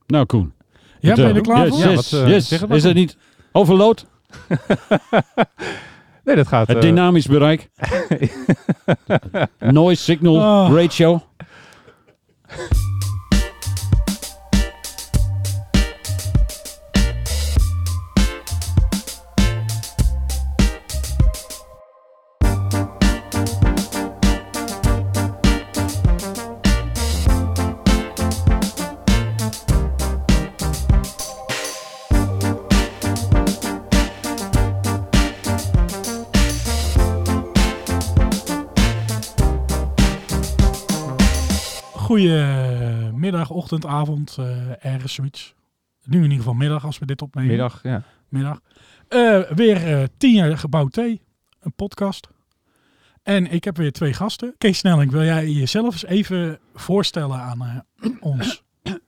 Nou, Koen. Ja, ben je er klaar voor? Yes. Zeg het maar, Is dat niet overload? Nee, dat gaat... Het dynamisch bereik. Noise signal ratio. Goedemiddag, ochtend, avond, ergens zoiets. Nu in ieder geval middag als we dit opnemen. Middag, ja. Middag. Weer 10 jaar Gebouw T, een podcast. En ik heb weer 2 gasten. Kees Snelling, wil jij jezelf eens even voorstellen aan ons?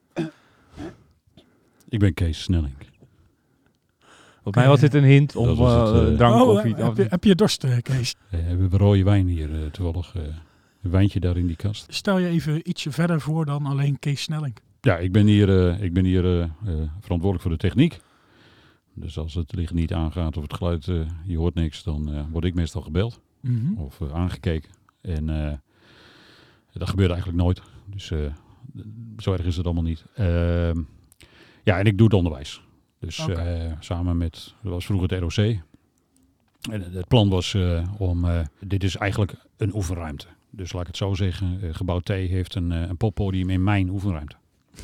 Ik ben Kees Snelling. Volgens mij was dit een hint om Dat was het, drank of iets. Heb je dorst, Kees? We hebben rode wijn hier toevallig. Een wijntje daar in die kast. Stel je even ietsje verder voor dan alleen Kees Snelling. Ja, ik ben hier verantwoordelijk voor de techniek. Dus als het licht niet aangaat of het geluid, je hoort niks, dan word ik meestal gebeld of aangekeken. En dat gebeurt eigenlijk nooit. Dus zo erg is het allemaal niet. Ja, en ik doe het onderwijs. Dus samen met, dat was vroeger het ROC. En het plan was dit is eigenlijk een oefenruimte. Dus laat ik het zo zeggen, Gebouw T heeft een poppodium in mijn oefenruimte.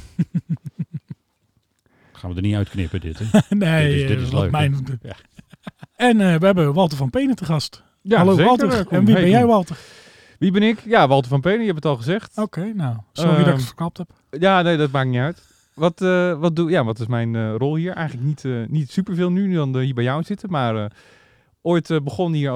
Gaan we er niet uitknippen dit, hè? Nee, dit is leuk. Ja. En we hebben Walter van Penen te gast. Ja, hallo zeker, Walter. Koen. En wie Hey, ben jij, Koen. Walter? Wie ben ik? Ja, Walter van Penen, je hebt het al gezegd. Oké, nou, sorry dat ik het verklapt heb. Ja, nee, dat maakt niet uit. Wat is mijn rol hier? Eigenlijk niet superveel nu dan hier bij jou zitten, maar ooit begon hier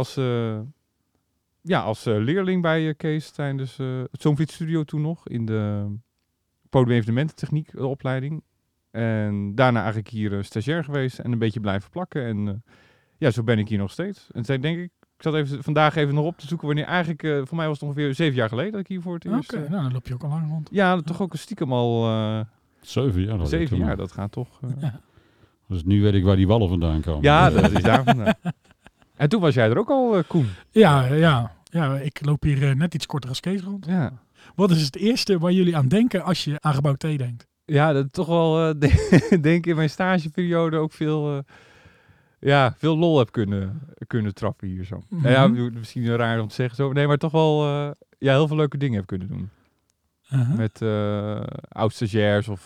als leerling bij Kees tijdens het Zoomfleet Studio toen nog, in de podium evenemententechniek opleiding. En daarna eigenlijk hier stagiair geweest en een beetje blijven plakken. En zo ben ik hier nog steeds. En toen denk ik zat vandaag even nog op te zoeken wanneer eigenlijk, voor mij was het ongeveer 7 jaar geleden dat ik hier voor het eerst... Oké, nou dan loop je ook al lang rond. Ja, toch ook een stiekem al 7 jaar. 7 jaar, dat gaat toch... Dus nu weet ik waar die wallen vandaan komen. Ja, dat is daar vandaan. En toen was jij er ook al, Koen. Ja, ik loop hier net iets korter als Kees rond. Ja. Wat is het eerste waar jullie aan denken als je aan Gebouw T denkt? Ja, dat toch wel, denk in mijn stageperiode ook veel lol heb kunnen trappen hier zo. Mm-hmm. Nou ja, misschien raar om te zeggen zo. Nee, maar toch wel heel veel leuke dingen heb kunnen doen. Met oud-stagiairs of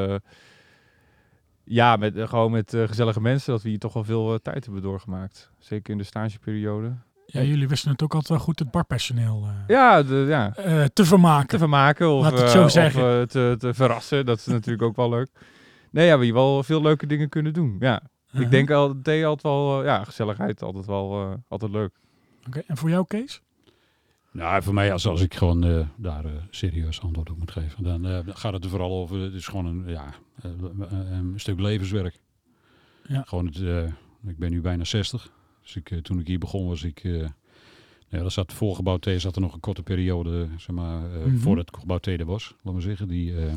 met gezellige mensen. Dat we hier toch wel veel tijd hebben doorgemaakt. Zeker in de stageperiode. Ja, jullie wisten het ook altijd wel goed het barpersoneel te vermaken. Te vermaken of, laat het zo zeggen. Of te verrassen. Dat is natuurlijk ook wel leuk. Nee, ja, we hebben wel veel leuke dingen kunnen doen. Ja. Ik denk altijd wel, gezelligheid altijd leuk. Oké, en voor jou, Kees? Nou, voor mij, als ik gewoon daar serieus antwoord op moet geven, dan gaat het er vooral over, het is gewoon een stuk levenswerk. Ja. Gewoon ik ben nu bijna 60. Dus toen ik hier begon was ik, dat zat voor Gebouw T zat er nog een korte periode, zeg maar, voordat Gebouw T er was, laat maar zeggen.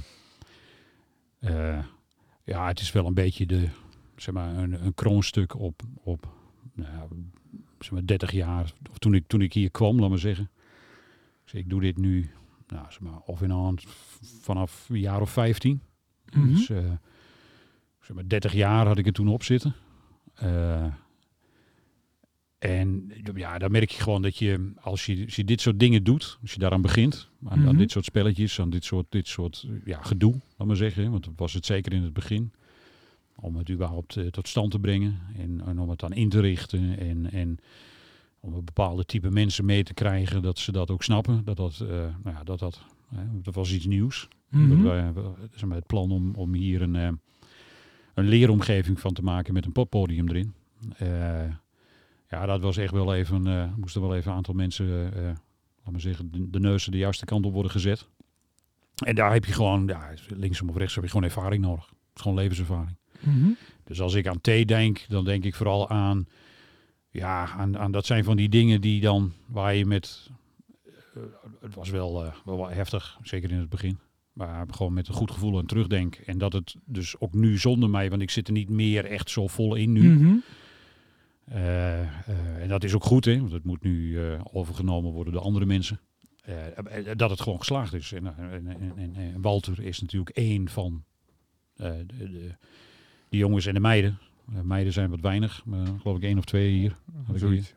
Het is wel een beetje een kroonstuk op zeg maar 30 jaar, of toen ik hier kwam, laat maar zeggen. Dus ik doe dit nu, zeg maar, of in hand vanaf een jaar of 15. Dus zeg maar 30 jaar had ik er toen op zitten. En ja, dan merk je gewoon dat je, als je dit soort dingen doet, als je daaraan begint, aan dit soort spelletjes, aan dit soort gedoe, laat maar zeggen. Want dat was het zeker in het begin. Om het überhaupt tot stand te brengen en om het dan in te richten en om een bepaalde type mensen mee te krijgen, dat ze dat ook snappen. Dat was iets nieuws. Het plan om hier een leeromgeving van te maken met een poppodium erin. Dat was echt wel even, moesten wel even een aantal mensen, laat maar zeggen, de neuzen de juiste kant op worden gezet. En daar heb je gewoon, linksom of rechts heb je gewoon ervaring nodig. Het is gewoon levenservaring. Dus als ik aan thee denk, dan denk ik vooral aan dat zijn van die dingen die dan, waar je met, het was wel heftig, zeker in het begin. Maar gewoon met een goed gevoel aan terugdenk. En dat het dus ook nu zonder mij, want ik zit er niet meer echt zo vol in nu. Mhm. En dat is ook goed, hè? Want het moet nu overgenomen worden door andere mensen. Dat het gewoon geslaagd is. En Walter is natuurlijk één van de jongens en de meiden. Meiden zijn wat weinig, maar geloof ik 1 of 2 hier. Zoiets.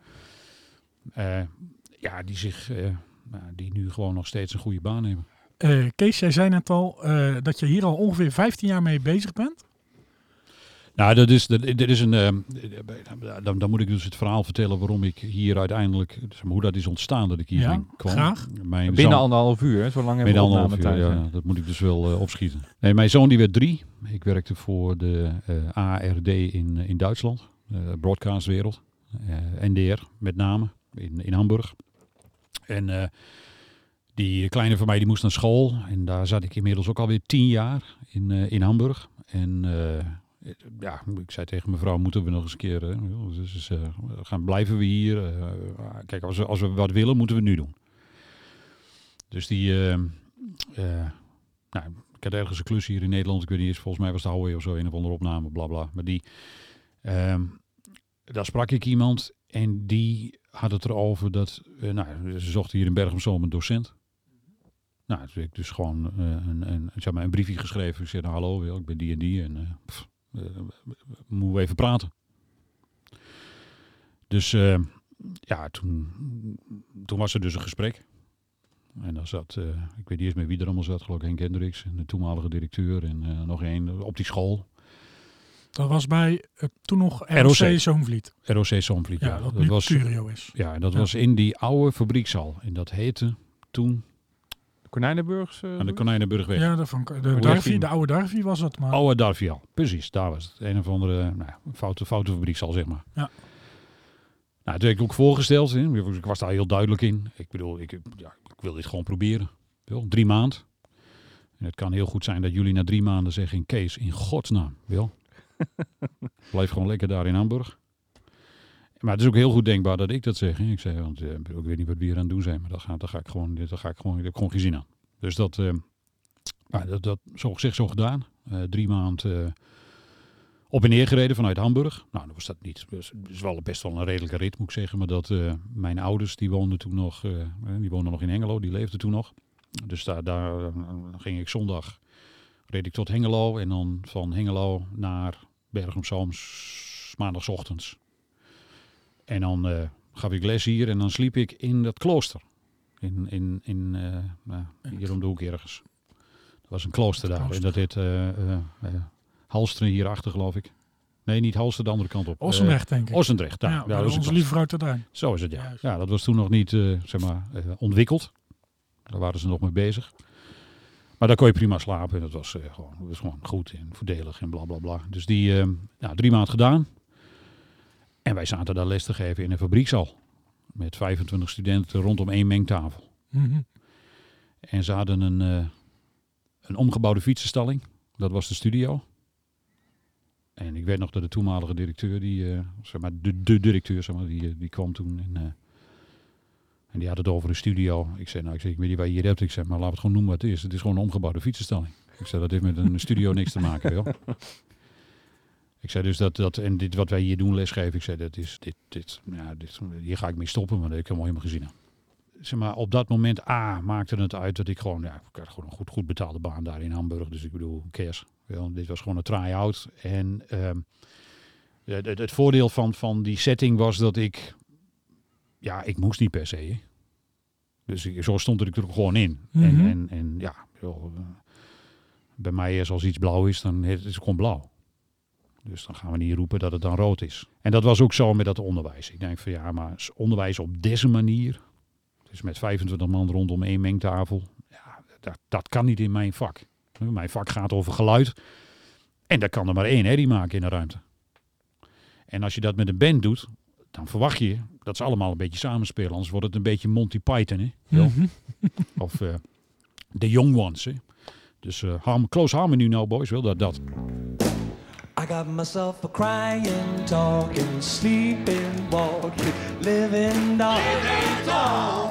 Die nu gewoon nog steeds een goede baan hebben. Kees, jij zei net al dat je hier al ongeveer 15 jaar mee bezig bent. Nou, dat is een. Dan moet ik dus het verhaal vertellen waarom ik hier uiteindelijk, hoe dat is ontstaan dat ik hier kwam. Graag. Binnen 1,5 uur, hè? Zo lang hebben we opnametijd. Ja, dat moet ik dus wel opschieten. Nee, mijn zoon die werd 3. Ik werkte voor de ARD in Duitsland, broadcastwereld, NDR met name in Hamburg. En die kleine van mij die moest naar school en daar zat ik inmiddels ook alweer 10 jaar in Hamburg. En ik zei tegen mijn vrouw, moeten we nog eens een keer, blijven we hier. Kijk, als we wat willen, moeten we het nu doen. Dus ik had ergens een klus hier in Nederland, ik weet niet eens, volgens mij was het Huawei of zo, een of andere opname, bla bla. Maar daar sprak ik iemand en die had het erover dat, ze zochten hier in Bergen op Zoom een docent. Nou, toen heb ik dus gewoon een briefje geschreven. Ik zei, hallo, ik ben die en die en moeten we even praten. Dus toen was er dus een gesprek. En dan zat, ik weet niet eens meer wie er allemaal zat, geloof ik Henk Hendricks, de toenmalige directeur en nog één op die school. Dat was bij toen nog ROC Zoomvliet. ROC Zoomvliet, ja. Dat nu was Curio is. Ja, en dat was in die oude fabriekshal. En dat heette toen... Konijnenburgse? Aan de Konijnenburgweg. Ja, de oude Darvie was het. Maar... Oude Darvie al, precies. Daar was het. Een of andere foute fabriekshal, zeg maar. Ja. Nou, toen heb ik ook voorgesteld. Ik was daar heel duidelijk in. Ik bedoel, ik wil dit gewoon proberen. 3 maanden. En het kan heel goed zijn dat jullie na 3 maanden zeggen, Kees, in godsnaam, blijf gewoon lekker daar in Hamburg. Maar het is ook heel goed denkbaar dat ik dat zeg. Hè. Ik zei, want ik weet niet wat we hier aan het doen zijn, maar daar ga ik gewoon, ik heb gewoon geen zin aan. Dus dat zo gezegd, zo gedaan. 3 maanden op en neer gereden vanuit Hamburg. Nou, dan was dat niet. Het is wel best wel een redelijke rit, moet ik zeggen. Maar dat mijn ouders, die woonden toen nog, nog in Hengelo, die leefden toen nog. Dus daar ging ik zondag, reed ik tot Hengelo en dan van Hengelo naar Bergen op Zoom maandagochtends. En dan gaf ik les hier en dan sliep ik in dat klooster. Hier om de hoek ergens. Er was een klooster daar. En dat heet Halsteren hierachter, geloof ik. Nee, niet Halsteren, de andere kant op. Ossendrecht, denk ik. Ossendrecht, daar. Ja, onze lieve vrouw te duin. Zo is het, ja. Ja, dat was toen nog niet, ontwikkeld. Daar waren ze nog mee bezig. Maar daar kon je prima slapen. En dat was gewoon goed en voordelig en bla bla bla. Dus die 3 maanden gedaan. En wij zaten daar les te geven in een fabriekshal. Met 25 studenten rondom 1 mengtafel. Mm-hmm. En ze hadden een omgebouwde fietsenstalling. Dat was de studio. En ik weet nog dat de toenmalige directeur, de directeur, die kwam toen. En die had het over een studio. Ik zei, ik weet niet waar je hier hebt. Ik zei, maar laten we het gewoon noemen wat het is. Het is gewoon een omgebouwde fietsenstalling. Ik zei, dat heeft met een studio niks te maken, joh. Ik zei dus en dit wat wij hier doen, lesgeven, ik zei, hier ga ik mee stoppen, want dat heb ik helemaal gezien. Zeg maar, op dat moment, maakte het uit dat ik gewoon, ik had gewoon een goed betaalde baan daar in Hamburg. Dus ik bedoel, cares. Dit was gewoon een try-out. En het voordeel van die setting was dat ik moest niet per se. Hè. Dus zo stond er natuurlijk gewoon in. Mm-hmm. Bij mij is als iets blauw is, dan is het gewoon blauw. Dus dan gaan we niet roepen dat het dan rood is. En dat was ook zo met dat onderwijs. Ik denk van maar onderwijs op deze manier. Dus met 25 man rondom 1 mengtafel. Ja, dat kan niet in mijn vak. Mijn vak gaat over geluid. En daar kan er maar 1 herrie maken in de ruimte. En als je dat met een band doet, dan verwacht je dat ze allemaal een beetje samenspelen. Anders wordt het een beetje Monty Python. Hè? Mm-hmm. Of The Young Ones. Hè? Dus close harmony now, boys. Dat. I got myself a crying, talking, sleeping, walking, living doll.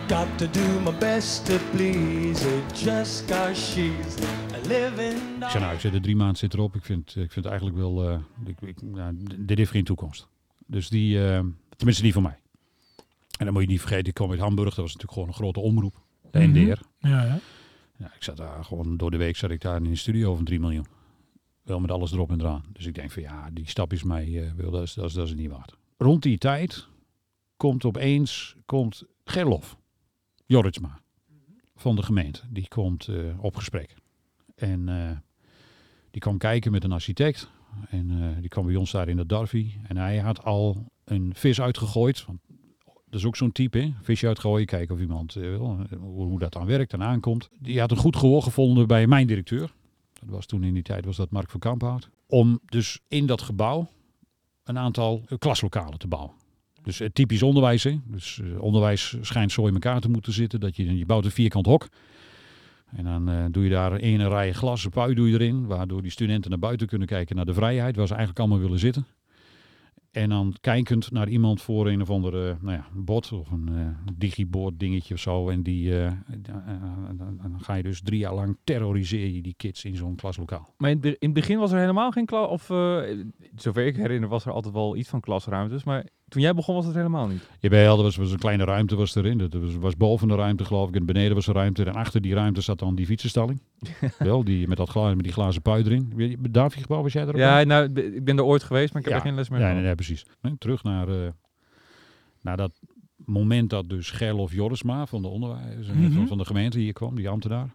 got to do my best to please her just 'cause she's a living. Ik zei, de 3 maanden zit erop. Ik vind eigenlijk wel, dit heeft geen toekomst. Dus tenminste niet voor mij. En dan moet je niet vergeten, ik kwam uit Hamburg. Dat was natuurlijk gewoon een grote omroep. De NDR. Ja. Ja, ik zat daar gewoon door de week zat ik daar in een studio van 3 miljoen. Wel met alles erop en eraan. Dus ik denk van ja, die stap is mij, dat is het niet waard. Rond die tijd komt Gerlof Jorritsma van de gemeente. Die komt op gesprek. En die kwam kijken met een architect. En die kwam bij ons daar in de Darvie. En hij had al een vis uitgegooid. Want dat is ook zo'n type, hè? Visje uitgooien, kijken of iemand hoe dat dan werkt en aankomt. Die had een goed gehoor gevonden bij mijn directeur. Dat was toen in die tijd was dat Mark van Kamphout. Om dus in dat gebouw een aantal klaslokalen te bouwen. Dus typisch onderwijs, hè? Dus onderwijs schijnt zo in elkaar te moeten zitten dat je bouwt een vierkant hok. En dan doe je daar een rij glas, een pui doe je erin, waardoor die studenten naar buiten kunnen kijken naar de vrijheid, waar ze eigenlijk allemaal willen zitten. En dan kijkend naar iemand voor een of andere bot of een digiboard dingetje of zo. En dan ga je dus 3 jaar lang terroriseer je die kids in zo'n klaslokaal. Maar in het begin was er helemaal geen klas, of zover ik herinner was er altijd wel iets van klasruimtes, maar toen jij begon was het helemaal niet. Jawel, er was een kleine ruimte was erin. Dat was boven de ruimte geloof ik en beneden was een ruimte. En achter die ruimte zat dan die fietsenstalling. Wel, met die glazen pui erin. Davie-gebouw was jij er ook? Ja, nou, ik ben er ooit geweest, maar ik heb er geen les meer nee, precies. Terug naar dat moment dat dus Gerlof Jorritsma van de onderwijs, van de gemeente hier kwam, die ambtenaar.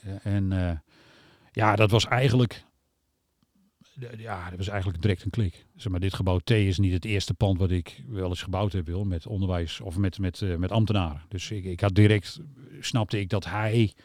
Dat was eigenlijk... Ja, dat was eigenlijk direct een klik. Zeg maar, dit gebouw T is niet het eerste pand wat ik wel eens gebouwd heb, met onderwijs of met ambtenaren. Dus ik had direct, snapte ik dat hij,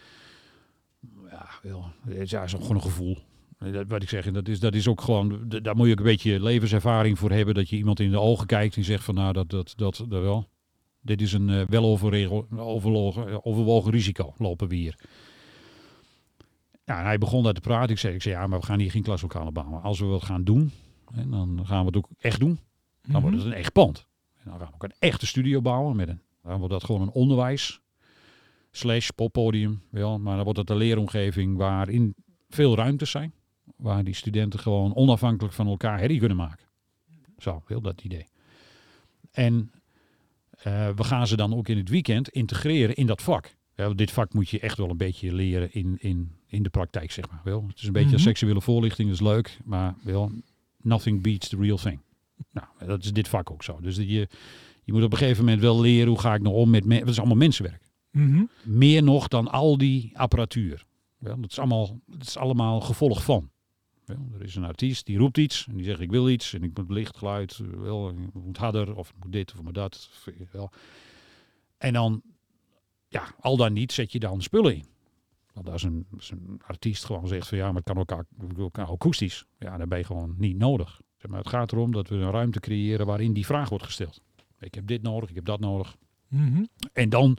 is gewoon een gevoel. Wat ik zeg, dat is ook gewoon, daar moet je ook een beetje levenservaring voor hebben, dat je iemand in de ogen kijkt en zegt van dat wel. Dit is een wel overwogen risico, lopen we hier. Ja, en hij begon daar te praten. Ik zei, ja, maar we gaan hier geen klaslokalen bouwen. Als we wat gaan doen, dan gaan we het ook echt doen. Dan wordt het een echt pand. En dan gaan we ook een echte studio bouwen. Dan wordt dat gewoon een onderwijs / poppodium. Wel, maar dan wordt het een leeromgeving waarin veel ruimtes zijn. Waar die studenten gewoon onafhankelijk van elkaar herrie kunnen maken. Zo, heel dat idee. En we gaan ze dan ook in het weekend integreren in dat vak. Ja, dit vak moet je echt wel een beetje leren in de praktijk, zeg maar. Wel, het is een beetje seksuele voorlichting, dat is leuk. Maar wel, nothing beats the real thing. Nou, dat is dit vak ook zo. Dus je moet op een gegeven moment wel leren, hoe ga ik nou om met mensen. Dat is allemaal mensenwerk. Mm-hmm. Meer nog dan al die apparatuur. Wel, dat is allemaal gevolg van. Wel, er is een artiest, die roept iets en die zegt ik wil iets. En ik moet licht, geluid, wel, het moet harder of het moet dit of het moet dat. Wel. En dan... Ja, al dan niet zet je dan spullen in. Want als een artiest gewoon zegt van ja, maar het kan ook akoestisch. Ja, dan ben je gewoon niet nodig. Zeg maar, het gaat erom dat we een ruimte creëren waarin die vraag wordt gesteld. Ik heb dit nodig, ik heb dat nodig. Mm-hmm. En dan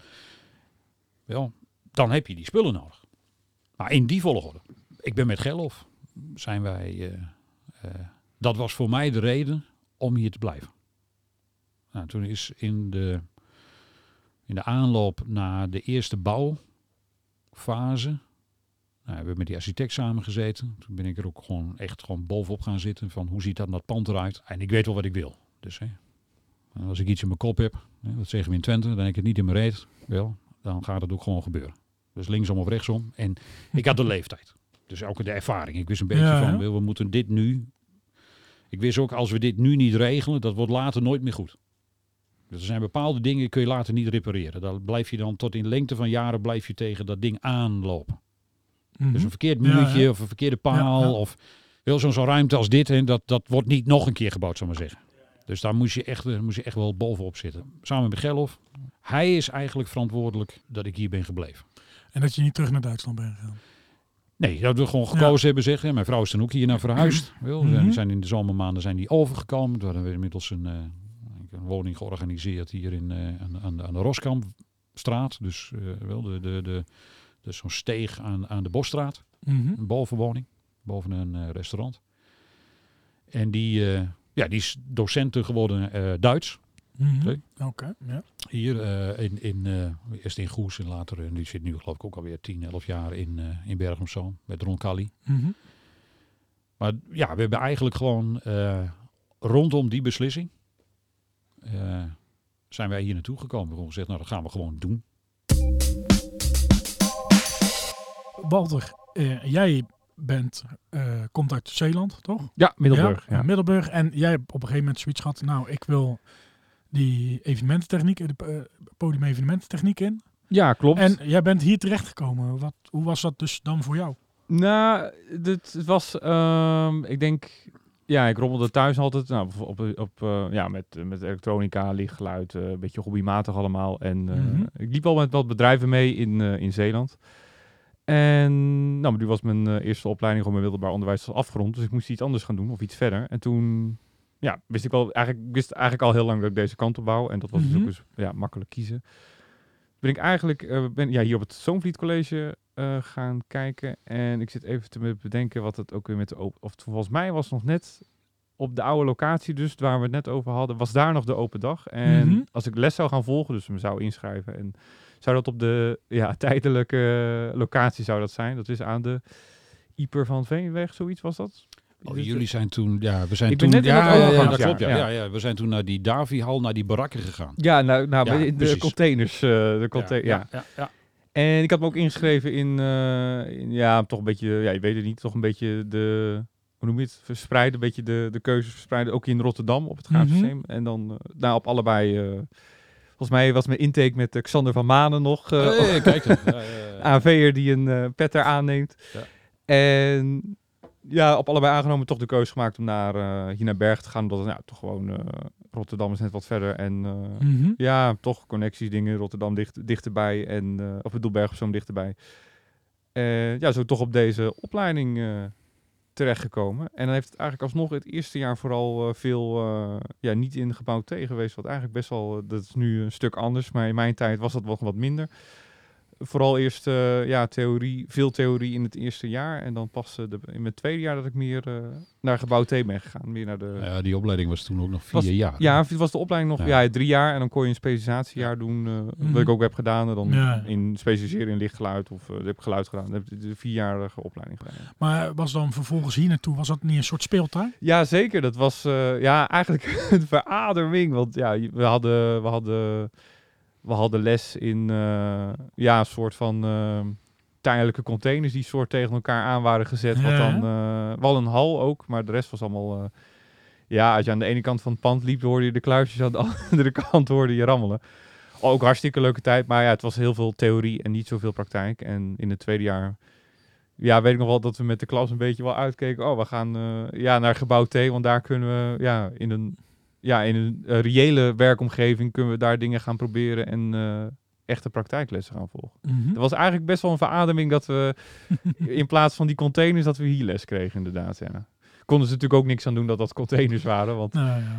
heb je die spullen nodig. Maar in die volgorde. Ik ben met Gerlof. Zijn wij... dat was voor mij de reden om hier te blijven. Nou, toen is in de aanloop naar de eerste bouwfase. We hebben met die architect samengezeten. Toen ben ik er ook gewoon bovenop gaan zitten. Van hoe ziet dat pand eruit? En ik weet wel wat ik wil. Dus als ik iets in mijn kop heb. Dat zeggen we in Twente. Dan heb ik het niet in mijn reet. Wel, dan gaat het ook gewoon gebeuren. Dus linksom of rechtsom. En ik had de leeftijd. Dus ook de ervaring. Ik wist een beetje van we moeten dit nu. Ik wist ook als we dit nu niet regelen. Dat wordt later nooit meer goed. Dus er zijn bepaalde dingen kun je later niet repareren. Daar blijf je dan tot in lengte van jaren blijf je tegen dat ding aanlopen. Mm-hmm. Dus een verkeerd muurtje of een verkeerde paal of zo'n ruimte als dit. En dat wordt niet nog een keer gebouwd, zou ik maar zeggen. Dus daar moest je echt wel bovenop zitten. Samen met Gerlof. Hij is eigenlijk verantwoordelijk dat ik hier ben gebleven. En dat je niet terug naar Duitsland bent gegaan? Nee, dat we gewoon gekozen hebben, zeg. Mijn vrouw is dan ook hier naar verhuisd. We zijn in de zomermaanden overgekomen. We hadden inmiddels een woning georganiseerd hier aan de Roskampstraat. Dus dus zo'n steeg aan de Bosstraat. Mm-hmm. Een bovenwoning. Boven een restaurant. En die is docenten geworden Duits. Oké. Oké, ja. Hier eerst in Goes en later, en die zit nu geloof ik ook alweer 10, 11 jaar in Bergen op Zoom met Roncalli. Mhm. Maar ja, we hebben eigenlijk gewoon rondom die beslissing zijn wij hier naartoe gekomen. We hebben gezegd, nou dat gaan we gewoon doen. Walter, jij komt uit Zeeland, toch? Ja, Middelburg. Ja. Middelburg. En jij hebt op een gegeven moment zoiets gehad, nou, ik wil die evenemententechniek, de podium evenemententechniek in. Ja, klopt. En jij bent hier terechtgekomen. Hoe was dat dus dan voor jou? Nou, het was, ik denk, ja, ik rommelde thuis altijd met elektronica, lichtgeluid, een beetje hobbymatig allemaal. En ik liep al met wat bedrijven mee in Zeeland. En nou, nu was mijn eerste opleiding gewoon mijn middelbaar onderwijs afgerond, dus ik moest iets anders gaan doen of iets verder. En toen, ja, wist eigenlijk al heel lang dat ik deze kant op wou. En dat was dus ook eens, makkelijk kiezen. Ben ik eigenlijk hier op het Zoomvliet College gaan kijken. En ik zit even te bedenken wat het ook weer met de open... Of volgens mij was nog net op de oude locatie dus, waar we het net over hadden, was daar nog de open dag. En als ik les zou gaan volgen, dus me zou inschrijven, en zou dat op de tijdelijke locatie zou dat zijn. Dat is aan de Ieper van Veenweg, zoiets was dat? Oh, jullie zijn toen, we zijn Ik toen, ben net in dat overgangsjaar, dat klopt, ja. we zijn toen naar die Davy-hal, naar die barakken gegaan. Ja, de precies. containers. Ja. En ik had me ook ingeschreven in toch een beetje, je weet het niet, toch een beetje de, hoe noem je het, verspreiden, een beetje de keuzes verspreiden, ook in Rotterdam op het graafsysteem. En dan op allebei, volgens mij was mijn intake met Xander van Manen nog, Kijk dan. AV'er die een pet er aanneemt. Ja. En ja, op allebei aangenomen toch de keuze gemaakt om hier naar Bergen te gaan, omdat het toch gewoon Rotterdam is net wat verder en toch connecties, dingen, Rotterdam dichterbij en of bedoel Bergen op Zoom dichterbij. Zo toch op deze opleiding terechtgekomen. En dan heeft het eigenlijk alsnog het eerste jaar vooral veel niet in gebouw T geweest, wat eigenlijk best wel, dat is nu een stuk anders, maar in mijn tijd was dat wel wat minder. Vooral eerst theorie, veel theorie in het eerste jaar. En dan pas in mijn tweede jaar dat ik meer naar gebouw T ben gegaan. Meer naar de... die opleiding was toen ook nog 4 jaar. Ja, het was de opleiding nog 3 jaar. En dan kon je een specialisatiejaar doen. Wat ik ook heb gedaan. En dan in specialiseren in lichtgeluid. Of heb ik geluid gedaan. Dan heb ik de 4-jarige opleiding gedaan. Maar was dan vervolgens hier naartoe, was dat niet een soort speeltuin? Ja, zeker. Dat was eigenlijk een verademing. Want we hadden les in een soort van tijdelijke containers die soort tegen elkaar aan waren gezet. Wat dan, wel een hal ook, maar de rest was allemaal... als je aan de ene kant van het pand liep, hoorde je de kluisjes, aan de andere kant hoorde je rammelen. Ook hartstikke leuke tijd, maar het was heel veel theorie en niet zoveel praktijk. En in het tweede jaar, weet ik nog wel dat we met de klas een beetje wel uitkeken. We gaan naar gebouw T, want daar kunnen we in een reële werkomgeving kunnen we daar dingen gaan proberen en echte praktijklessen gaan volgen. Dat was eigenlijk best wel een verademing dat we in plaats van die containers dat we hier les kregen inderdaad. Ja. Konden ze natuurlijk ook niks aan doen dat containers waren, want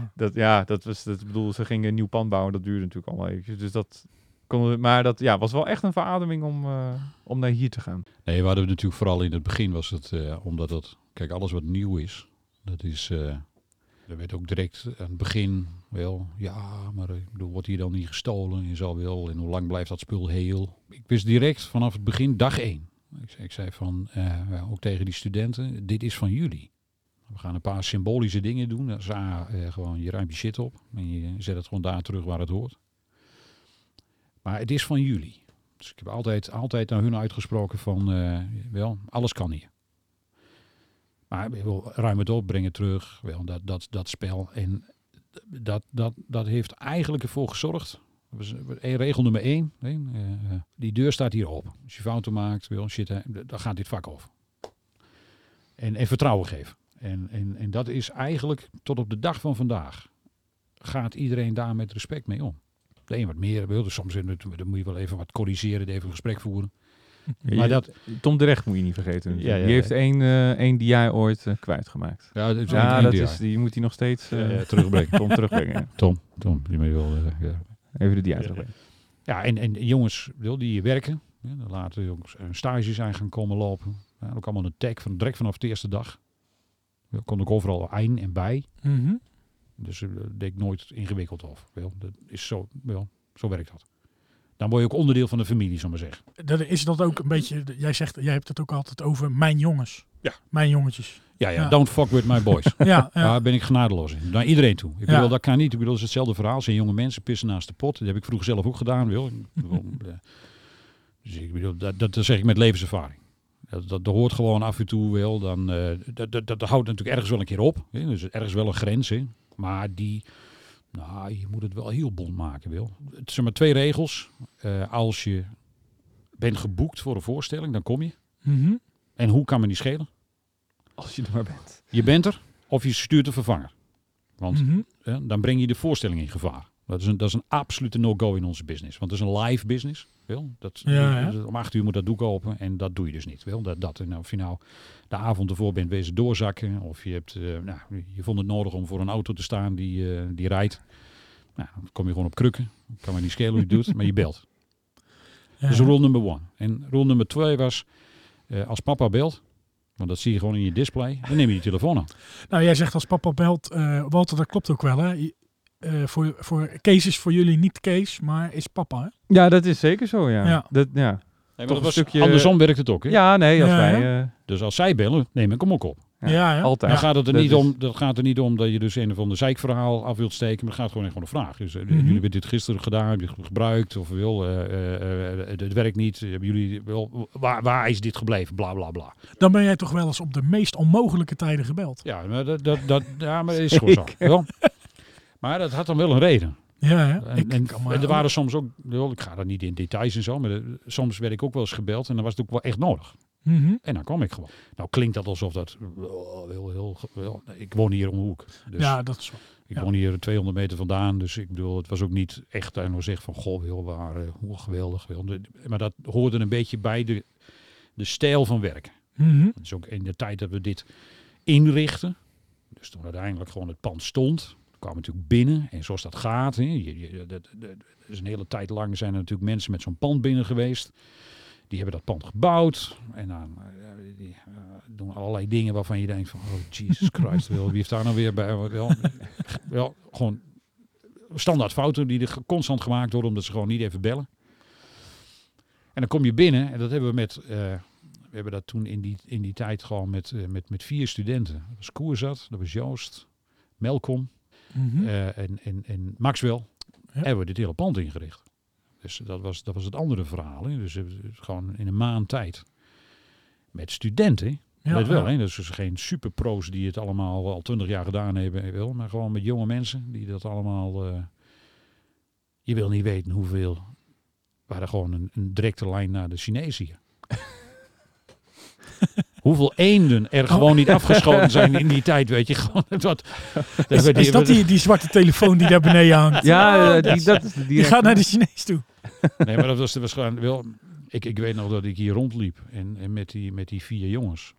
ze gingen een nieuw pand bouwen, dat duurde natuurlijk al eventjes. Dus dat was wel echt een verademing om naar hier te gaan. Nee, we hadden natuurlijk vooral in het begin was het omdat kijk, alles wat nieuw is, dat is er werd ook direct aan het begin wel, maar wordt hier dan niet gestolen en zo wel. En hoe lang blijft dat spul heel? Ik wist direct vanaf het begin, dag 1. Ik zei van, ook tegen die studenten, dit is van jullie. We gaan een paar symbolische dingen doen. Dat is gewoon, je ruimt je shit op en je zet het gewoon daar terug waar het hoort. Maar het is van jullie. Dus ik heb altijd naar hun uitgesproken van, alles kan hier. Maar ruim het op, breng het terug. Wel, dat spel. En dat heeft eigenlijk ervoor gezorgd. Regel nummer 1. Die deur staat hier open. Als je fouten maakt, dan gaat dit vak over. En vertrouwen geven. En dat is eigenlijk tot op de dag van vandaag. Gaat iedereen daar met respect mee om. De een wat meer wil. Dus soms dan moet je wel even wat corrigeren. Even een gesprek voeren. Maar Tom de Recht moet je niet vergeten. Die heeft één die jij ooit kwijtgemaakt. Die moet hij nog steeds terugbrengen. Tom terugbrengen. Tom, je moet wel even de dia terugbrengen. Ja, en jongens die werken, dan laten ook stages zijn gaan komen lopen. Ook allemaal een tag direct vanaf de eerste dag. Er kon ook overal ein en bij. Dus deed ik nooit ingewikkeld over. Wel, dat is zo werkt dat. Dan word je ook onderdeel van de familie, zal ik maar zeggen. Is dat ook een beetje, jij hebt het ook altijd over mijn jongens. Ja. Mijn jongetjes. Ja, don't fuck with my boys. Ja. Daar ben ik genadeloos in. Naar iedereen toe. Ik bedoel, dat kan niet. Ik bedoel, het is hetzelfde verhaal. Zijn jonge mensen pissen naast de pot. Dat heb ik vroeger zelf ook gedaan. Dus ik bedoel, dat zeg ik met levenservaring. Dat hoort gewoon af en toe wel. Dat houdt natuurlijk ergens wel een keer op. Hè? Dus ergens wel een grens. Hè? Maar je moet het wel heel bond maken. Wil. Het zijn maar 2 regels. Als je bent geboekt voor een voorstelling, dan kom je. Mm-hmm. En hoe kan me niet schelen? Als je er maar bent. Je bent er of je stuurt een vervanger. Want Mm-hmm. dan breng je de voorstelling in gevaar. Dat is een absolute no-go in onze business. Want het is een live business. Wel? Om 8 uur moet dat doek open en dat doe je dus niet. Wel? En of je nou de avond ervoor bent wezen doorzakken. Of je vond het nodig om voor een auto te staan die rijdt. Nou, dan kom je gewoon op krukken. Kan me niet schelen hoe je het doet, maar je belt. Ja. Dat is rule number 1. En rule number 2 was, als papa belt, want dat zie je gewoon in je display, dan neem je je telefoon aan. Nou, jij zegt als papa belt, Walter, dat klopt ook wel, hè? Voor Kees is voor jullie niet Kees, maar is papa, hè? Ja, dat is zeker zo, ja. Ja. Dat, ja. Nee, maar Toch dat was, een stukje- andersom werkt het ook. Hè? Ja, nee, als Ja, wij... Dus als zij bellen, neem ik hem ook op. Ja. Altijd. Dan gaat het er Dat niet is- om, dat gaat er niet om dat je dus een of ander zeikverhaal af wilt steken, maar het gaat gewoon echt om een vraag. Dus jullie hebben dit gisteren gedaan, hebben jullie het gebruikt of het werkt niet. Hebben jullie waar is dit gebleven? Bla bla bla. Dan ben jij toch wel eens op de meest onmogelijke tijden gebeld. Ja, maar dat is gewoon zo. Wel. Maar dat had dan wel een reden. Ja, hè? En er waren soms ook, ik ga daar niet in details en zo, maar soms werd ik ook wel eens gebeld en dan was het ook wel echt nodig. Mhm. En dan kwam ik gewoon. Nou klinkt dat alsof dat ik woon hier om de hoek. Dus Ja, dat is wel. ik woon hier 200 meter vandaan. Dus ik bedoel, het was ook niet echt en we zeggen van goh, hoe geweldig. Maar dat hoorde een beetje bij de stijl van werken. Mhm. Dat is ook in de tijd dat we dit inrichten. Dus toen uiteindelijk gewoon het pand stond. Kwamen natuurlijk binnen en zoals dat gaat. Dus een hele tijd lang zijn er natuurlijk mensen met zo'n pand binnen geweest. Die hebben dat pand gebouwd. En dan doen allerlei dingen waarvan je denkt van... Oh, Jesus Christ. Wie heeft daar nou weer bij? Wel, gewoon standaard fouten die er constant gemaakt worden... omdat ze gewoon niet even bellen. En dan kom je binnen. En dat hebben we we hebben dat toen in die tijd gewoon met 4 studenten. Dat was Koerzat, dat was Joost, Melkom en Maxwell. Ja. Hebben we dit hele pand ingericht. Dus dat was het andere verhaal. Hè. Dus gewoon in een maand tijd. Met studenten. Ja, Weet wel, ja. hè. Dus geen superpro's die het allemaal al 20 jaar gedaan hebben. Maar gewoon met jonge mensen die dat allemaal... je wil niet weten hoeveel... We hadden gewoon een directe lijn naar de Chinezen hier. Hoeveel eenden er gewoon niet afgeschoten zijn in die tijd, weet je. Gewoon, Is dat die zwarte telefoon die daar beneden hangt? Ja, Oh, die gaat naar de Chinees toe. Nee, maar dat was gewoon wel... Ik weet nog dat ik hier rondliep en met die 4 jongens.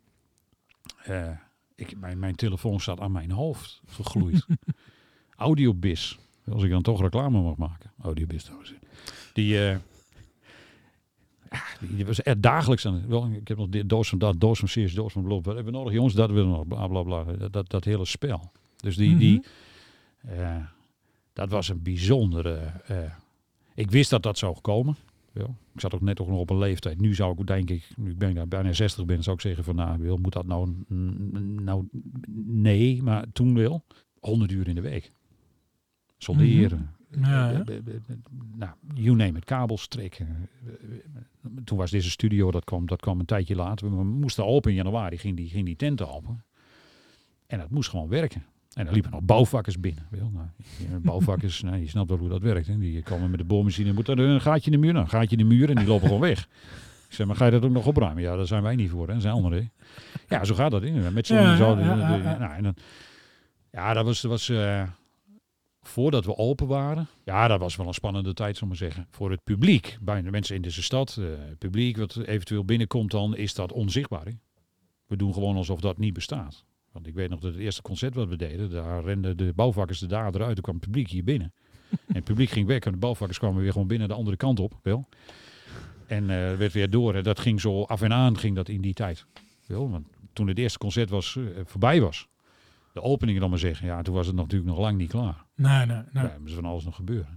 Mijn telefoon staat aan mijn hoofd gegloeid. Audiobis. Als ik dan toch reclame mag maken. Audiobis trouwens. Die was echt dagelijks aan. Wel, ik heb nog de doos van dat, doos van Sears, doos van Blob. Wat hebben we nodig, jongens? Dat willen we nog. Bla bla bla. Dat hele spel. Dus dat was een bijzondere. Ik wist dat zou komen. Ja. Ik zat ook net nog op een leeftijd. Nu zou ik denk ik, nu ik bijna 60 ben, zou ik zeggen van nou, moet dat nou nee, maar toen wel 100 uur in de week. Solderen. Ja. Nou, you name it, kabels trekken. Toen was deze studio, dat kwam een tijdje later. We moesten open in januari, ging die tent open. En dat moest gewoon werken. En er liepen nog bouwvakkers binnen. Bouwvakkers, je snapt wel hoe dat werkt. Hè. Die komen met de boormachine, moet er een gaatje in de muur. Nou, een gaatje in de muur en die lopen gewoon weg. Ik zeg, maar ga je dat ook nog opruimen? Ja, daar zijn wij niet voor. Hè. Dat zijn anderen. Ja, zo gaat dat. Hè. Met zo'n dat was voordat we open waren. Ja, dat was wel een spannende tijd, zal ik maar zeggen. Voor het publiek. Bij de mensen in deze stad. Het publiek wat eventueel binnenkomt dan, is dat onzichtbaar. Hè. We doen gewoon alsof dat niet bestaat. Want ik weet nog dat het eerste concert wat we deden, daar renden de bouwvakkers de dader uit. Toen kwam het publiek hier binnen. En het publiek ging weg en de bouwvakkers kwamen weer gewoon binnen de andere kant op. Wel. En werd weer door. En dat ging zo af en aan ging dat in die tijd. Wel. Want toen het eerste concert voorbij was, de opening dan maar zeggen. Ja, toen was het natuurlijk nog lang niet klaar. Nee. Ja, er moest van alles nog gebeuren.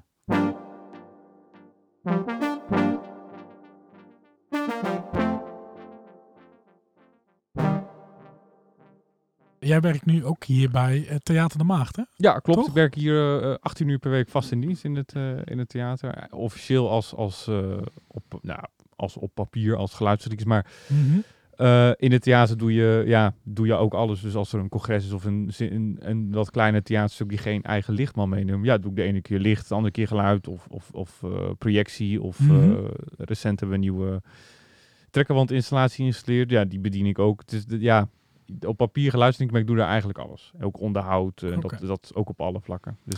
Jij werkt nu ook hier bij Theater de Maagd, hè? Ja, klopt. Toch? Ik werk hier 18 uur per week vast in dienst in het theater. Officieel als op papier, als geluidstechnicus. Maar in het theater doe je ook alles. Dus als er een congres is of een wat kleine theaterstuk die geen eigen lichtman meeneemt. Ja, doe ik de ene keer licht, de andere keer geluid of projectie. Of recent hebben we een nieuwe trekkerwandinstallatie geïnstalleerd. Ja, die bedien ik ook. Het is op papier geluidstechniek, maar ik doe daar eigenlijk alles. Ook onderhoud, dat ook op alle vlakken. Dus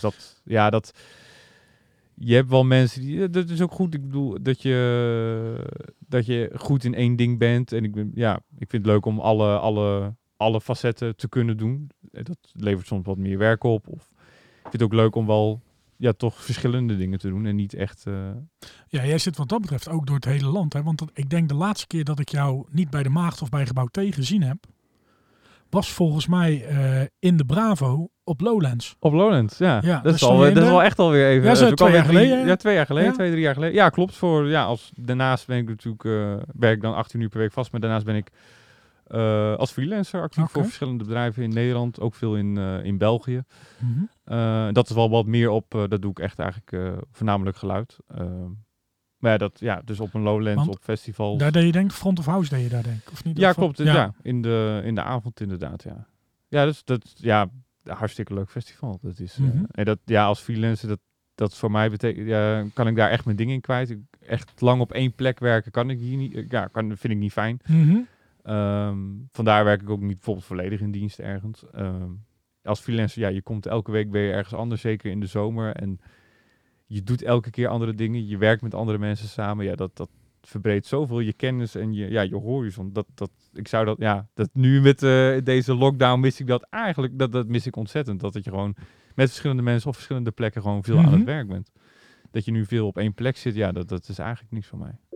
je hebt wel mensen die, dat is ook goed. Ik bedoel, dat je goed in één ding bent. En ik vind het leuk om alle facetten te kunnen doen. Dat levert soms wat meer werk op. Of ik vind het ook leuk om wel, toch verschillende dingen te doen en niet echt... Ja, jij zit wat dat betreft ook door het hele land, hè? Want ik denk de laatste keer dat ik jou niet bij de Maagd of bij Gebouw T gezien heb, was volgens mij in de Bravo op Lowlands. Op Lowlands, ja. Ja, Dat is wel echt alweer even... Ja, zo 2 jaar geleden. Ja, 2 jaar geleden, Ja. 2-3 jaar geleden. Ja, klopt. Daarnaast ben ik natuurlijk, werk ik dan 18 uur per week vast, maar daarnaast ben ik als freelancer actief voor verschillende bedrijven in Nederland, ook veel in België. Dat is wel wat meer op, dat doe ik echt eigenlijk voornamelijk geluid. Maar dus op een Lowlands, Want op festivals. Daar deed je denk front of house deed je daar denk ik, of niet? Ja, Of- klopt. Ja. In de avond inderdaad, ja. Ja, dus hartstikke leuk festival. Dat is, als freelancer, dat voor mij betekent, kan ik daar echt mijn dingen in kwijt. Echt lang op één plek werken kan ik hier niet, vind ik niet fijn. Vandaar werk ik ook niet bijvoorbeeld volledig in dienst ergens. Als freelancer, je komt elke week weer ergens anders, zeker in de zomer. En je doet elke keer andere dingen. Je werkt met andere mensen samen. Ja, dat verbreedt zoveel je kennis en je horizon. Dat nu met deze lockdown mis ik dat eigenlijk. Dat mis ik ontzettend. Dat je gewoon met verschillende mensen op verschillende plekken gewoon veel aan het werk bent. Dat je nu veel op één plek zit, dat is eigenlijk niks voor mij.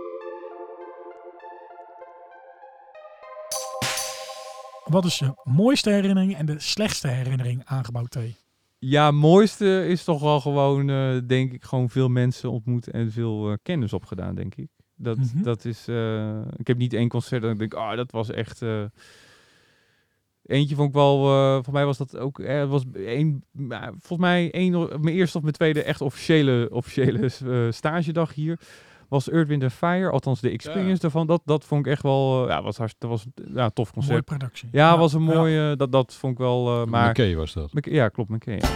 Wat is je mooiste herinnering en de slechtste herinnering aan Gebouw T? Ja, mooiste is toch wel gewoon, denk ik, gewoon veel mensen ontmoet en veel kennis opgedaan, denk ik. Dat is, ik heb niet één concert dat ik denk, dat was echt... Eentje vond ik wel, voor mij was dat ook, volgens mij mijn eerste of mijn tweede echt officiële stagedag hier. Was Earth, Wind & Fire, althans de experience daarvan. Dat vond ik echt wel, was een tof concert. Mooie productie. Ja, was een mooie, dat vond ik wel, maar... McKay was dat. Ja, klopt, McKay. Ja.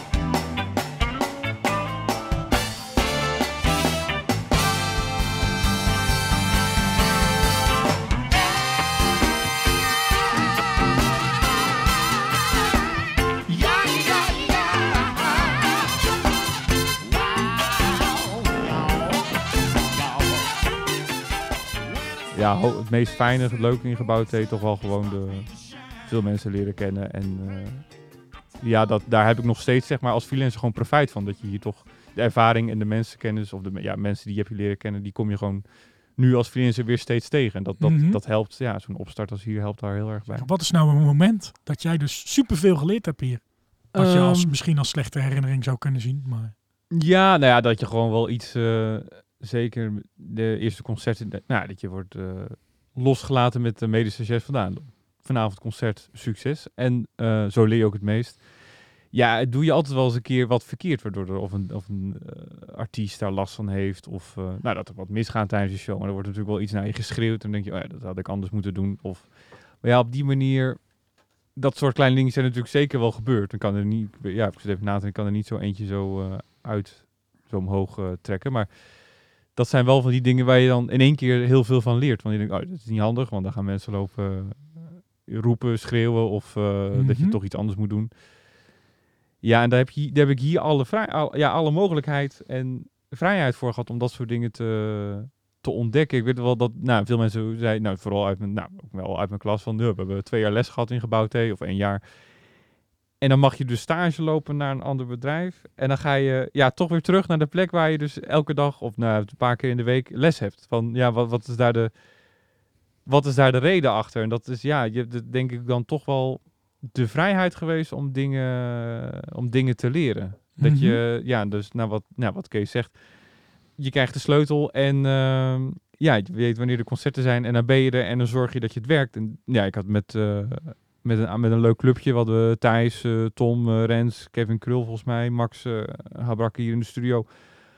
Ja, het meest fijne, het leuke in Gebouw T toch wel gewoon veel mensen leren kennen. En daar heb ik nog steeds, zeg maar, als freelancer gewoon profijt van. Dat je hier toch de ervaring en de mensenkennis, of de mensen die je hebt leren kennen, die kom je gewoon nu als freelancer weer steeds tegen. En dat helpt, zo'n opstart als hier helpt daar heel erg bij. Wat is nou een moment dat jij dus superveel geleerd hebt hier? Wat je misschien als slechte herinnering zou kunnen zien, maar... Ja, dat je gewoon wel iets... zeker de eerste concerten, dat je wordt losgelaten met de medestagiairs vandaan. Vanavond concert, succes. En zo leer je ook het meest. Ja, doe je altijd wel eens een keer wat verkeerd, waardoor er of een artiest daar last van heeft. Of dat er wat misgaat tijdens de show. Maar er wordt natuurlijk wel iets naar je geschreeuwd. En dan denk je, dat had ik anders moeten doen. Maar op die manier, dat soort kleine dingen zijn natuurlijk zeker wel gebeurd. Dan kan er niet, ik zit even na te denken, kan er niet zo eentje zo omhoog trekken. Maar dat zijn wel van die dingen waar je dan in één keer heel veel van leert. Want je denkt, dat is niet handig, want dan gaan mensen lopen roepen, schreeuwen of dat je toch iets anders moet doen. Ja, en daar heb ik hier alle mogelijkheid en vrijheid voor gehad om dat soort dingen te ontdekken. Ik weet wel dat veel mensen zeiden, vooral uit mijn klas, van we hebben 2 jaar les gehad in Gebouw T of 1 jaar. En dan mag je dus stage lopen naar een ander bedrijf. En dan ga je toch weer terug naar de plek waar je dus elke dag of een paar keer in de week les hebt. Van wat is daar de reden achter? En dat is, denk ik dan toch wel de vrijheid geweest om dingen te leren. Dat je, dus wat Kees zegt, je krijgt de sleutel en je weet wanneer de concerten zijn en dan ben je er en dan zorg je dat je het werkt. En ja, ik had met een leuk clubje, wat we Thijs, Tom, Rens, Kevin Krul volgens mij, Max Habrak hier in de studio.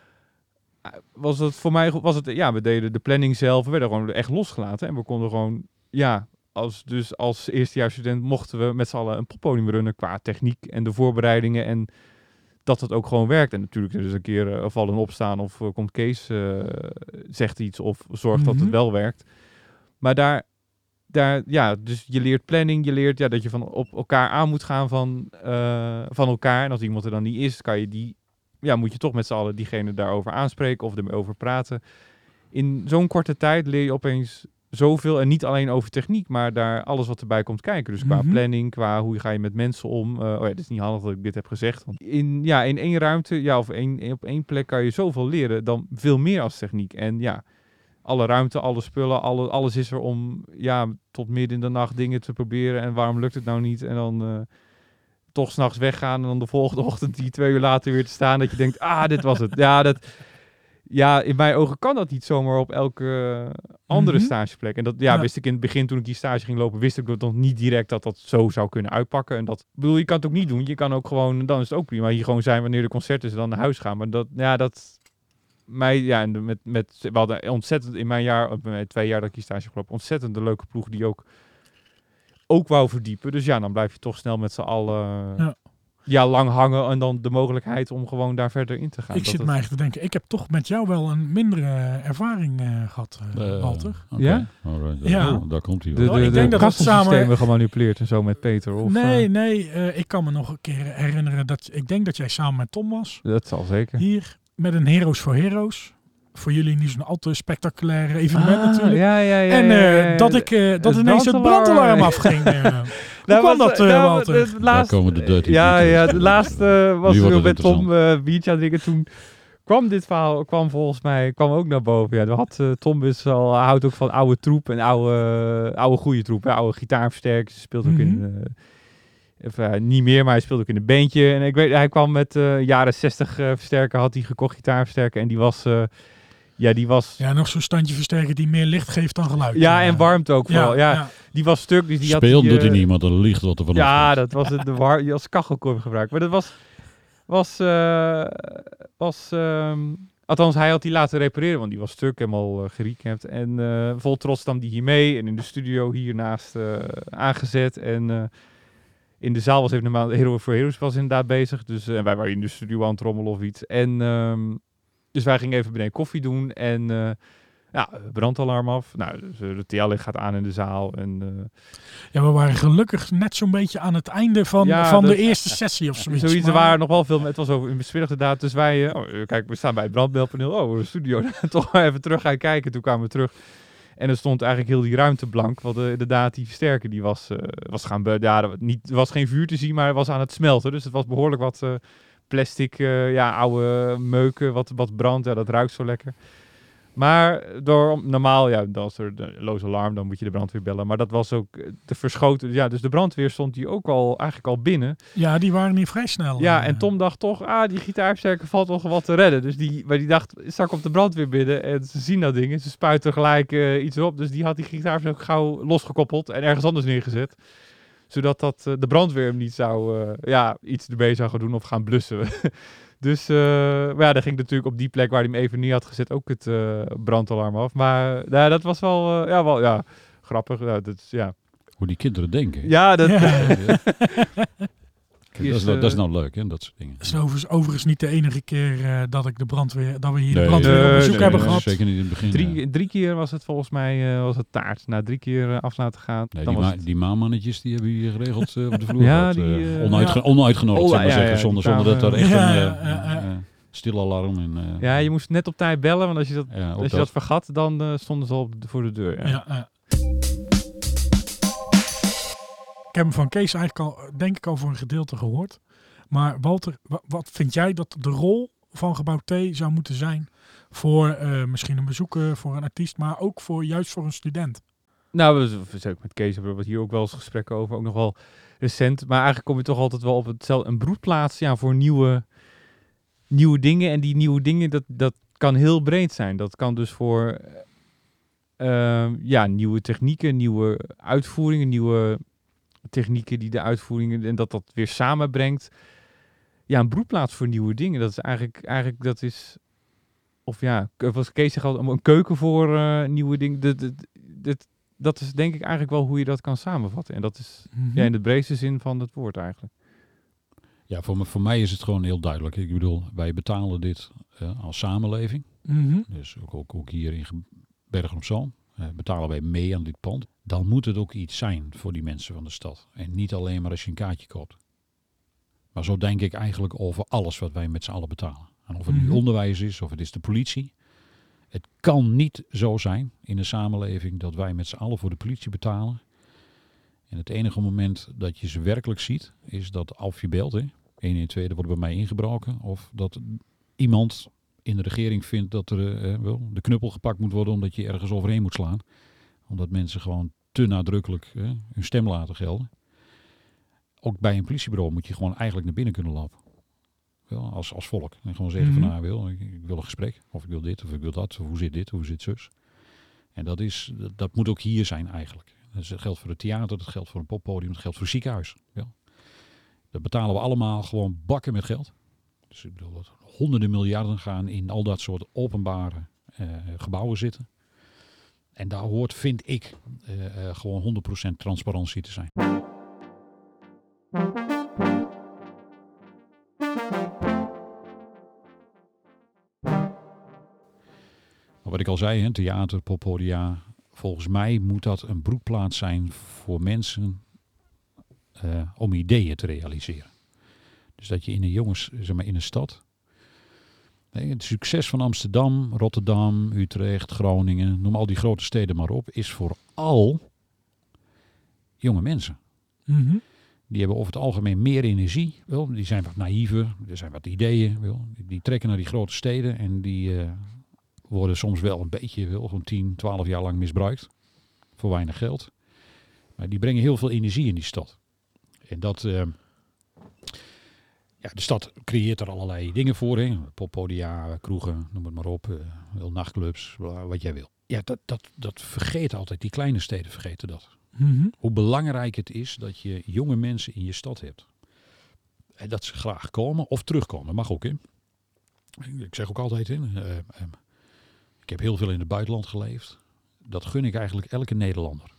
We deden de planning zelf, we werden gewoon echt losgelaten en we konden gewoon, als eerstejaarsstudent mochten we met z'n allen een poppodium runnen qua techniek en de voorbereidingen en dat het ook gewoon werkt. En natuurlijk er is een keer vallen en opstaan of komt Kees, zegt iets of zorgt dat het wel werkt. Maar dus je leert planning, je leert dat je op elkaar aan moet gaan van elkaar. En als iemand er dan niet is, moet je toch met z'n allen diegene daarover aanspreken of erover praten. In zo'n korte tijd leer je opeens zoveel en niet alleen over techniek, maar daar alles wat erbij komt kijken. Dus qua planning, qua hoe ga je met mensen om. Het is niet handig dat ik dit heb gezegd. Want in één ruimte, op één plek kan je zoveel leren dan veel meer als techniek. En alle ruimte, alle spullen, alles is er om tot midden in de nacht dingen te proberen. En waarom lukt het nou niet? En dan toch 's nachts weggaan en dan de volgende ochtend 2 uur later weer te staan. Dat je denkt, dit was het. In mijn ogen kan dat niet zomaar op elke andere stageplek. En dat wist ik in het begin, toen ik die stage ging lopen, wist ik nog niet direct dat zo zou kunnen uitpakken. En je kan het ook niet doen. Je kan ook gewoon, dan is het ook prima, hier gewoon zijn wanneer de concert is en dan naar huis gaan. Maar we hadden ontzettend in mijn 2 jaar dat ik die stage heb gelopen, ontzettend de leuke ploeg die ook wou verdiepen. Dus dan blijf je toch snel met z'n allen lang hangen en dan de mogelijkheid om gewoon daar verder in te gaan. Ik zit mij eigenlijk te denken, ik heb toch met jou wel een mindere ervaring gehad, Walter. Okay. Ja? Alright, daar komt hij wel. Ik denk dat het samen gemanipuleerd en zo met Peter. Of, nee, ik kan me nog een keer herinneren ik denk dat jij samen met Tom was. Dat zal zeker. Hier met een Heroes for Heroes. Voor jullie niet zo'n al te spectaculair evenement natuurlijk. Dat ineens het brandalarm afging. Hoe kwam dat, Walter? Daar komen de dirty de laatste was er met Tom biertje aan drinken. Toen kwam dit verhaal volgens mij ook naar boven. Ja, Tom houdt ook van oude troep en oude goede troep. Oude gitaarversterkers. Speelt ook in... niet meer, maar hij speelde ook in een bandje. En ik weet, hij kwam met jaren 60 versterker, had hij gekocht, gitaarversterker. En die was... nog zo'n standje versterker die meer licht geeft dan geluid. Ja, en warmte ook vooral. Die was stuk. Dus die Speelde doet hij niemand, een licht wat er vanaf Ja, dat was het. Die als kachelkorf gebruikt. Maar dat was althans, hij had die laten repareren, want die was stuk, helemaal gerecapt. En vol trots nam die hier mee. En in de studio hiernaast aangezet. En in de zaal was even normaal Hero for Heroes was inderdaad bezig. Dus wij waren in de studio aan het trommelen of iets. En dus wij gingen even beneden koffie doen en brandalarm af. Nou, dus de TL gaat aan in de zaal. En, we waren gelukkig net zo'n beetje aan het einde van de eerste sessie of zoiets. Er waren nog wel veel, het was over in besmiddag inderdaad. Dus wij, kijk, we staan bij het brandbelpaneel. De studio, toch even terug gaan kijken. Toen kwamen we terug. En er stond eigenlijk heel die ruimte blank. Want inderdaad, die versterker die was was geen vuur te zien, maar was aan het smelten. Dus het was behoorlijk wat... plastic, oude meuken, wat brandt. Ja, dat ruikt zo lekker. Maar normaal, als er de loze alarm, dan moet je de brandweer bellen. Maar dat was ook te verschoten. Ja, dus de brandweer stond die ook eigenlijk al binnen. Ja, die waren niet vrij snel. Ja, en Tom dacht toch, die gitaarversterker valt nog wat te redden. Dus die dacht, straks komt de brandweer binnen en ze zien dat ding. En ze spuiten gelijk iets op. Dus die had die gitaarversterker gauw losgekoppeld en ergens anders neergezet. Zodat de brandweer hem niet zou iets ermee zou gaan doen of gaan blussen. Dus daar ging natuurlijk op die plek waar hij hem even neer had gezet ook het brandalarm af. Maar dat was wel grappig. Hoe die kinderen denken. Ja, dat... Dat is nou leuk, hè, dat soort dingen. Het is overigens niet de enige keer dat we hier de brandweer op bezoek hebben gehad. Zeker niet in het begin. 3 keer was het volgens mij taart. Na 3 keer af laten gaan. Nee, die maanmannetjes die hebben hier geregeld op de vloer. Onuitgenodigd, zeg maar zeggen. Zonder dat er echt een stil alarm. En, je moest net op tijd bellen, want als je dat vergat, dan stonden ze al voor de deur. Ja. Ik heb hem van Kees eigenlijk denk ik al voor een gedeelte gehoord. Maar Walter, wat vind jij dat de rol van Gebouw T zou moeten zijn voor misschien een bezoeker, voor een artiest, maar ook juist voor een student? Nou, we met Kees hebben we hier ook wel eens gesprekken over. Ook nog wel recent. Maar eigenlijk kom je toch altijd wel op hetzelfde, een broedplaats voor nieuwe dingen. En die nieuwe dingen, dat kan heel breed zijn. Dat kan dus voor nieuwe technieken, nieuwe uitvoeringen, nieuwe technieken die de uitvoeringen en dat weer samenbrengt. Ja, een broedplaats voor nieuwe dingen. Dat is eigenlijk dat is, of ja, wat Kees zegt altijd, een keuken voor nieuwe dingen. Dat is denk ik eigenlijk wel hoe je dat kan samenvatten. En dat is in de breedste zin van het woord eigenlijk. Ja, voor mij is het gewoon heel duidelijk. Ik bedoel, wij betalen dit als samenleving. Dus ook hier in Bergen op Zoom betalen wij mee aan dit pand. Dan moet het ook iets zijn voor die mensen van de stad. En niet alleen maar als je een kaartje koopt. Maar zo denk ik eigenlijk over alles wat wij met z'n allen betalen. En of het nu onderwijs is, of het is de politie. Het kan niet zo zijn in een samenleving dat wij met z'n allen voor de politie betalen. En het enige moment dat je ze werkelijk ziet, is dat als je belt, 112, er wordt bij mij ingebroken. Of dat iemand in de regering vindt dat er de knuppel gepakt moet worden omdat je ergens overheen moet slaan. Omdat mensen gewoon te nadrukkelijk hun stem laten gelden. Ook bij een politiebureau moet je gewoon eigenlijk naar binnen kunnen lopen. Wel, als volk. En gewoon zeggen van ik wil een gesprek. Of ik wil dit, of ik wil dat. Of hoe zit dit, of hoe zit zus. En dat moet ook hier zijn eigenlijk. Dat geldt voor het theater, dat geldt voor een poppodium, dat geldt voor het ziekenhuis. Ja. Dat betalen we allemaal gewoon bakken met geld. Dus ik bedoel, dat honderden miljarden gaan in al dat soort openbare gebouwen zitten. En daar hoort, vind ik, gewoon 100% transparantie te zijn. Maar wat ik al zei, theater, poppodia. Volgens mij moet dat een broedplaats zijn voor mensen om ideeën te realiseren. Dus dat je in een stad. Het succes van Amsterdam, Rotterdam, Utrecht, Groningen, noem al die grote steden maar op, is vooral jonge mensen. Die hebben over het algemeen meer energie. Wel, die zijn wat naïver, er zijn wat ideeën. Wel. Die trekken naar die grote steden en die worden soms wel een beetje, gewoon 10, 12 jaar lang misbruikt. Voor weinig geld. Maar die brengen heel veel energie in die stad. En dat... de stad creëert er allerlei dingen voor. Poppodia, kroegen, noem het maar op. Nachtclubs, wat jij wil. Ja, dat vergeet altijd. Die kleine steden vergeten dat. Hoe belangrijk het is dat je jonge mensen in je stad hebt. En dat ze graag komen of terugkomen. Mag ook, Ik zeg ook altijd, ik heb heel veel in het buitenland geleefd. Dat gun ik eigenlijk elke Nederlander.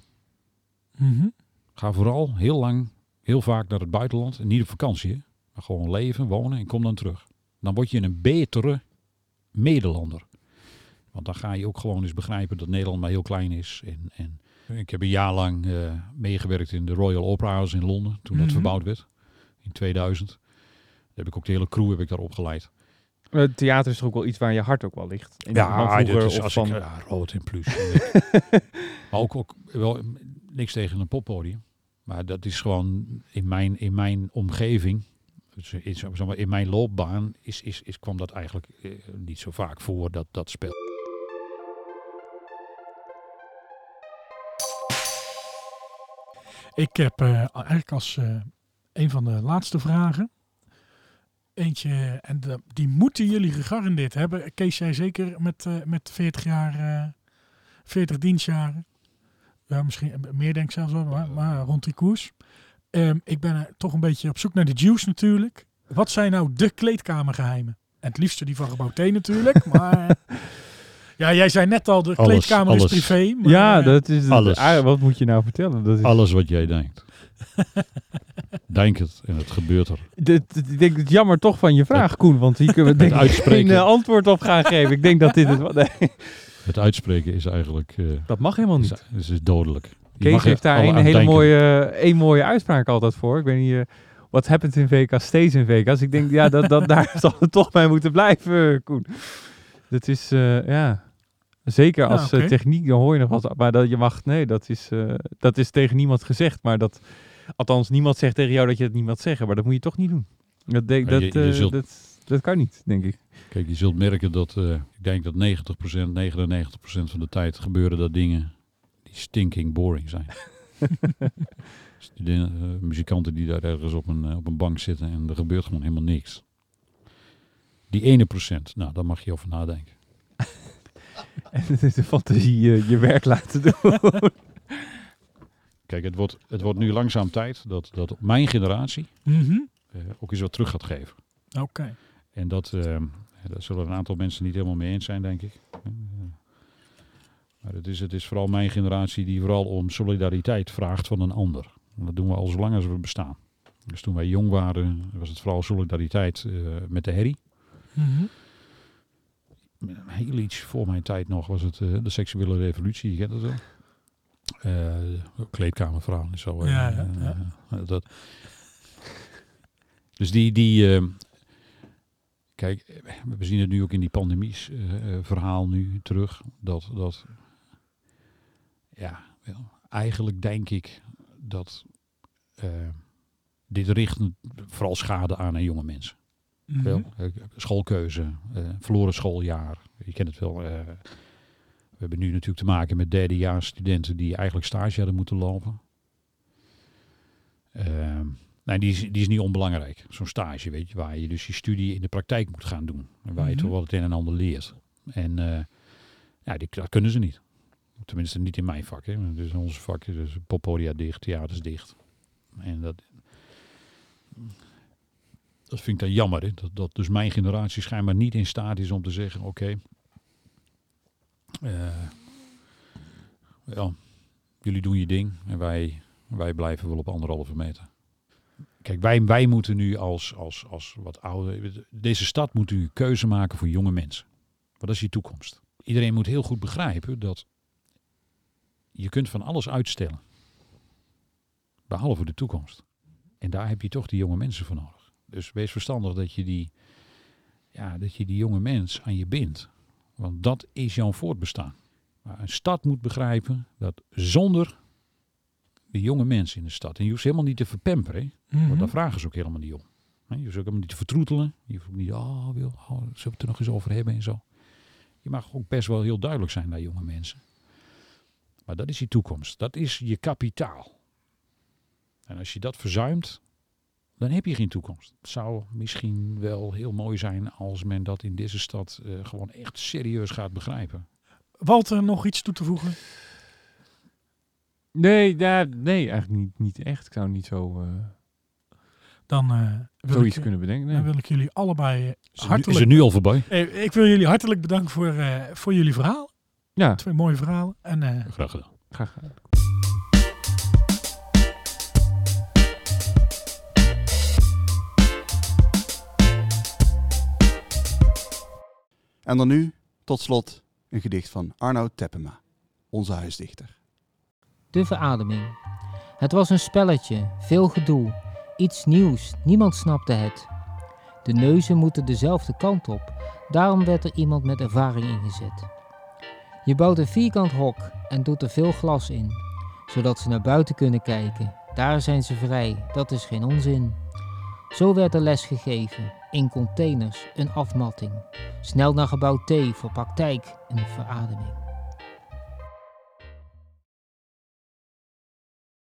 Ga vooral heel lang, heel vaak naar het buitenland. En niet op vakantie, maar gewoon leven, wonen en kom dan terug. Dan word je een betere Nederlander. Want dan ga je ook gewoon eens begrijpen dat Nederland maar heel klein is. En ik heb een jaar lang meegewerkt in de Royal Opera House in Londen. Toen dat verbouwd werd. In 2000. Daar heb ik ook de hele crew daar opgeleid. Het theater is toch ook wel iets waar je hart ook wel ligt. Rood en plus. Maar ook wel niks tegen een poppodium. Maar dat is gewoon in mijn omgeving, in mijn loopbaan, kwam dat eigenlijk niet zo vaak voor dat spel. Ik heb eigenlijk als een van de laatste vragen eentje, en die moeten jullie gegarandeerd hebben. Kees, jij zeker met 40 jaar, 40 dienstjaren. Ja, misschien meer denk ik zelfs wel, maar rond die koers. Ik ben toch een beetje op zoek naar de juice natuurlijk. Wat zijn nou de kleedkamergeheimen? En het liefste die van Gebouw T natuurlijk, maar... Ja, jij zei net al, de kleedkamer is privé. Maar, ja, dat is alles. Wat moet je nou vertellen? Dat is... Alles wat jij denkt. Denk het en het gebeurt er. Ik denk het jammer toch van je vraag, Koen, want hier kunnen we denk ik geen antwoord op gaan geven. Ik denk dat dit het... Nee. Het uitspreken is eigenlijk... dat mag helemaal niet. Het is dodelijk. Kees heeft daar een hele mooie uitspraak altijd voor. Ik weet niet... What happens in Vegas stays in Vegas. Ik denk, ja, dat daar zal het toch bij moeten blijven, Koen. Dat is, zeker als techniek, dan hoor je nog wat. Maar dat je mag, nee, dat is tegen niemand gezegd. Maar althans, niemand zegt tegen jou dat je het niet mag zeggen. Maar dat moet je toch niet doen. Dat kan niet, denk ik. Kijk, je zult merken dat, ik denk dat 99% van de tijd gebeuren dat dingen die stinking boring zijn. Muzikanten die daar ergens op een bank zitten en er gebeurt gewoon helemaal niks. Die 1%, nou, daar mag je over nadenken. En de fantasie je werk laten doen. Kijk, het wordt nu langzaam tijd dat mijn generatie ook eens wat terug gaat geven. Oké. En daar zullen een aantal mensen niet helemaal mee eens zijn, denk ik. Maar het is vooral mijn generatie die vooral om solidariteit vraagt van een ander. En dat doen we al zolang als we bestaan. Dus toen wij jong waren, was het vooral solidariteit met de herrie. Heel iets voor mijn tijd nog was het de seksuele revolutie, je kent het wel. Kleedkamerverhaal en zo. Dat. Dus kijk, we zien het nu ook in die pandemies verhaal nu terug. Dat eigenlijk denk ik dat dit richt vooral schade aan jonge mensen. Wel, schoolkeuze, verloren schooljaar, je kent het wel. We hebben nu natuurlijk te maken met derdejaars studenten die eigenlijk stage hadden moeten lopen. Nee, die is niet onbelangrijk, zo'n stage, weet je, waar je dus je studie in de praktijk moet gaan doen. En waar je toch wel het een en ander leert. En dat kunnen ze niet. Tenminste niet in mijn vak. Hè. Dus in onze vak, dus poppodia dicht, theaters dicht. En dat vind ik dan jammer. Hè. Dat dus mijn generatie schijnbaar niet in staat is om te zeggen, oké, jullie doen je ding en wij blijven wel op 1,5 meter. Kijk, wij moeten nu als wat ouder, deze stad moet nu keuze maken voor jonge mensen. Want dat is je toekomst. Iedereen moet heel goed begrijpen dat je kunt van alles uitstellen. Behalve de toekomst. En daar heb je toch die jonge mensen voor nodig. Dus wees verstandig dat je die jonge mens aan je bindt. Want dat is jouw voortbestaan. Maar een stad moet begrijpen dat zonder de jonge mensen in de stad, en je hoeft ze helemaal niet te verpamperen, want daar vragen ze ook helemaal niet om. Je hoeft ze ook helemaal niet te vertroetelen. Je hoeft ook niet, zullen we het er nog eens over hebben en zo. Je mag ook best wel heel duidelijk zijn naar jonge mensen. Maar dat is je toekomst. Dat is je kapitaal. En als je dat verzuimt, dan heb je geen toekomst. Het zou misschien wel heel mooi zijn als men dat in deze stad gewoon echt serieus gaat begrijpen. Walter, nog iets toe te voegen? Nee, eigenlijk niet echt. Ik zou niet zo zoiets kunnen bedenken. Nee. Dan wil ik jullie allebei hartelijk... Is het nu al voorbij? Ik wil jullie hartelijk bedanken voor jullie verhaal. Ja. 2 mooie verhalen. En, Graag gedaan. Graag gedaan. En dan nu, tot slot, een gedicht van Arnoud Teppema, onze huisdichter. De verademing. Het was een spelletje, veel gedoe, iets nieuws, niemand snapte het. De neuzen moeten dezelfde kant op, daarom werd er iemand met ervaring ingezet. Je bouwt een vierkant hok en doet er veel glas in, zodat ze naar buiten kunnen kijken. Daar zijn ze vrij, dat is geen onzin. Zo werd er les gegeven, in containers, een afmatting. Snel naar gebouw T voor praktijk, een verademing.